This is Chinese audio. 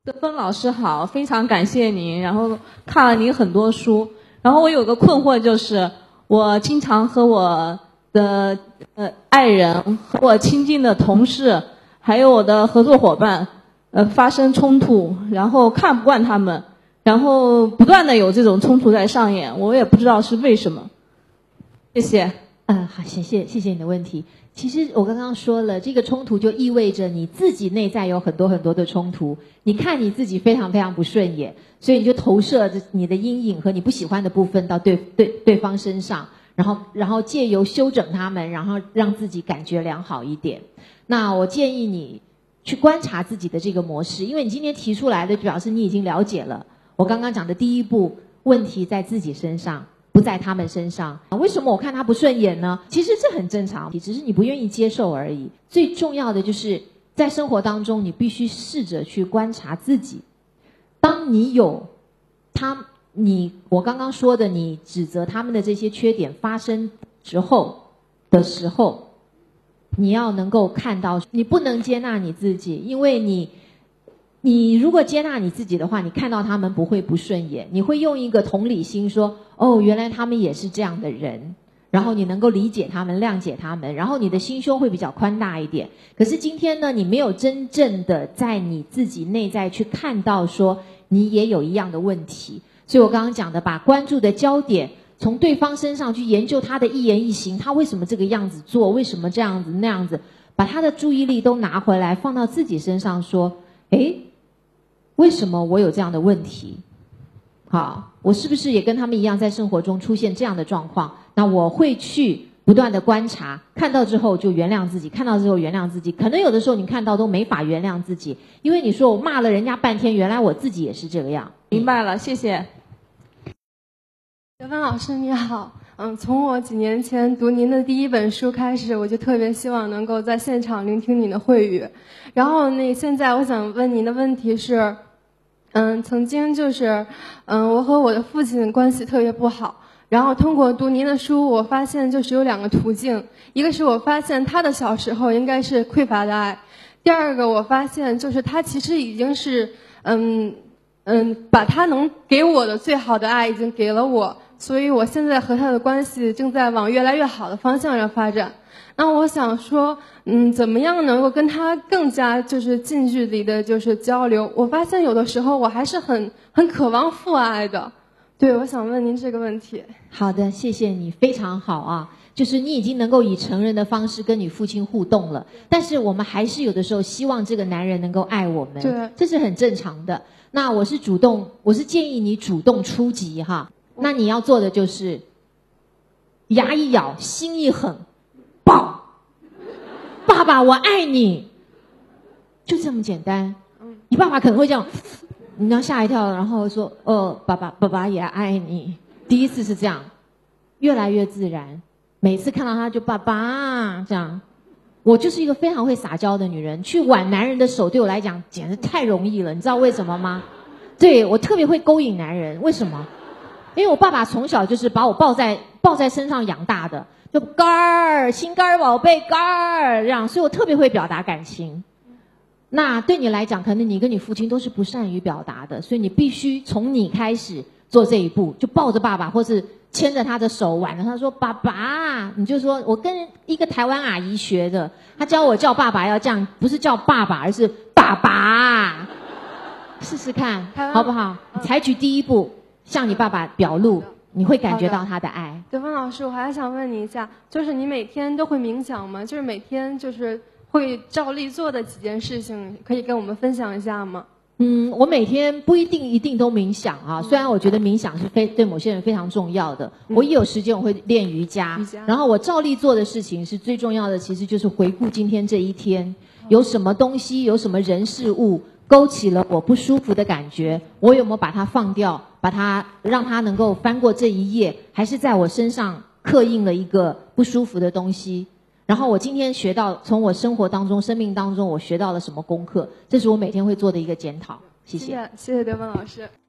德芬老师好，非常感谢您。然后看了您很多书，然后我有个困惑，就是我经常和我的爱人、和我亲近的同事，还有我的合作伙伴，发生冲突，然后看不惯他们，然后不断的有这种冲突在上演，我也不知道是为什么。谢谢。 好，谢谢你的问题。其实我刚刚说了，这个冲突就意味着你自己内在有很多很多的冲突，你看你自己非常非常不顺眼，所以你就投射着你的阴影和你不喜欢的部分到对方身上，然后借由修整他们，然后让自己感觉良好一点。那我建议你去观察自己的这个模式，因为你今天提出来的，就表示你已经了解了我刚刚讲的第一步，问题在自己身上，不在他们身上。为什么我看他不顺眼呢？其实这很正常，只是你不愿意接受而已。最重要的就是在生活当中，你必须试着去观察自己。当你有我刚刚说的，你指责他们的这些缺点发生的时候，你要能够看到，你不能接纳你自己，因为你如果接纳你自己的话，你看到他们不会不顺眼，你会用一个同理心说，哦，原来他们也是这样的人，然后你能够理解他们，谅解他们，然后你的心胸会比较宽大一点。可是今天呢，你没有真正的在你自己内在去看到说你也有一样的问题，所以我刚刚讲的，把关注的焦点从对方身上去研究他的一言一行，他为什么这个样子做，为什么这样子那样子，把他的注意力都拿回来放到自己身上说，诶，为什么我有这样的问题？好，我是不是也跟他们一样在生活中出现这样的状况？那我会去不断的观察，看到之后就原谅自己，看到之后原谅自己。可能有的时候你看到都没法原谅自己，因为你说我骂了人家半天，原来我自己也是这个样。 明白了，谢谢。 德芬老师你好，从我几年前读您的第一本书开始，我就特别希望能够在现场聆听您的慧语。然后现在我想问您的问题是，曾经就是我和我的父亲关系特别不好，然后通过读您的书，我发现就是有两个途径，一个是我发现他的小时候应该是匮乏的爱，第二个我发现就是他其实已经是把他能给我的最好的爱已经给了我，所以我现在和他的关系正在往越来越好的方向上发展。那我想说，怎么样能够跟他更加就是近距离的就是交流？我发现有的时候我还是很渴望父爱的。对，我想问您这个问题。 好的，谢谢你，非常好啊。就是你已经能够以成人的方式跟你父亲互动了，但是我们还是有的时候希望这个男人能够爱我们， 对， 这是很正常的。那我是建议你主动出击哈。那你要做的就是牙一咬，心一狠，抱，爸爸我爱你，就这么简单。你爸爸可能会这样，你要吓一跳，然后说爸爸也爱你。第一次是这样，越来越自然，每次看到他就爸爸这样。我就是一个非常会撒娇的女人，去挽男人的手对我来讲简直太容易了，你知道为什么吗？对，我特别会勾引男人，为什么？因为我爸爸从小就是把我抱在身上养大的，就肝儿心肝儿宝贝肝儿这样，所以我特别会表达感情。那对你来讲，可能你跟你父亲都是不善于表达的，所以你必须从你开始做这一步，就抱着爸爸，或是牵着他的手挽着他说爸爸，你就说我跟一个台湾阿姨学的，她教我叫爸爸要这样，不是叫爸爸，而是爸爸。试试看好不好？采取第一步，向你爸爸表露，你会感觉到他的爱。 德芬老师，我还想问你一下，就是你每天都会冥想吗？就是每天就是会照例做的几件事情，可以跟我们分享一下吗？ 我每天不一定都冥想啊，虽然我觉得冥想是对某些人非常重要的。我一有时间我会练瑜伽，然后我照例做的事情是最重要的，其实就是回顾今天这一天有什么东西，有什么人事物勾起了我不舒服的感觉，我有没有把它放掉，让它能够翻过这一页，还是在我身上刻印了一个不舒服的东西。然后我今天从我生活当中、生命当中，我学到了什么功课？这是我每天会做的一个检讨。谢谢。 谢谢德芬老师。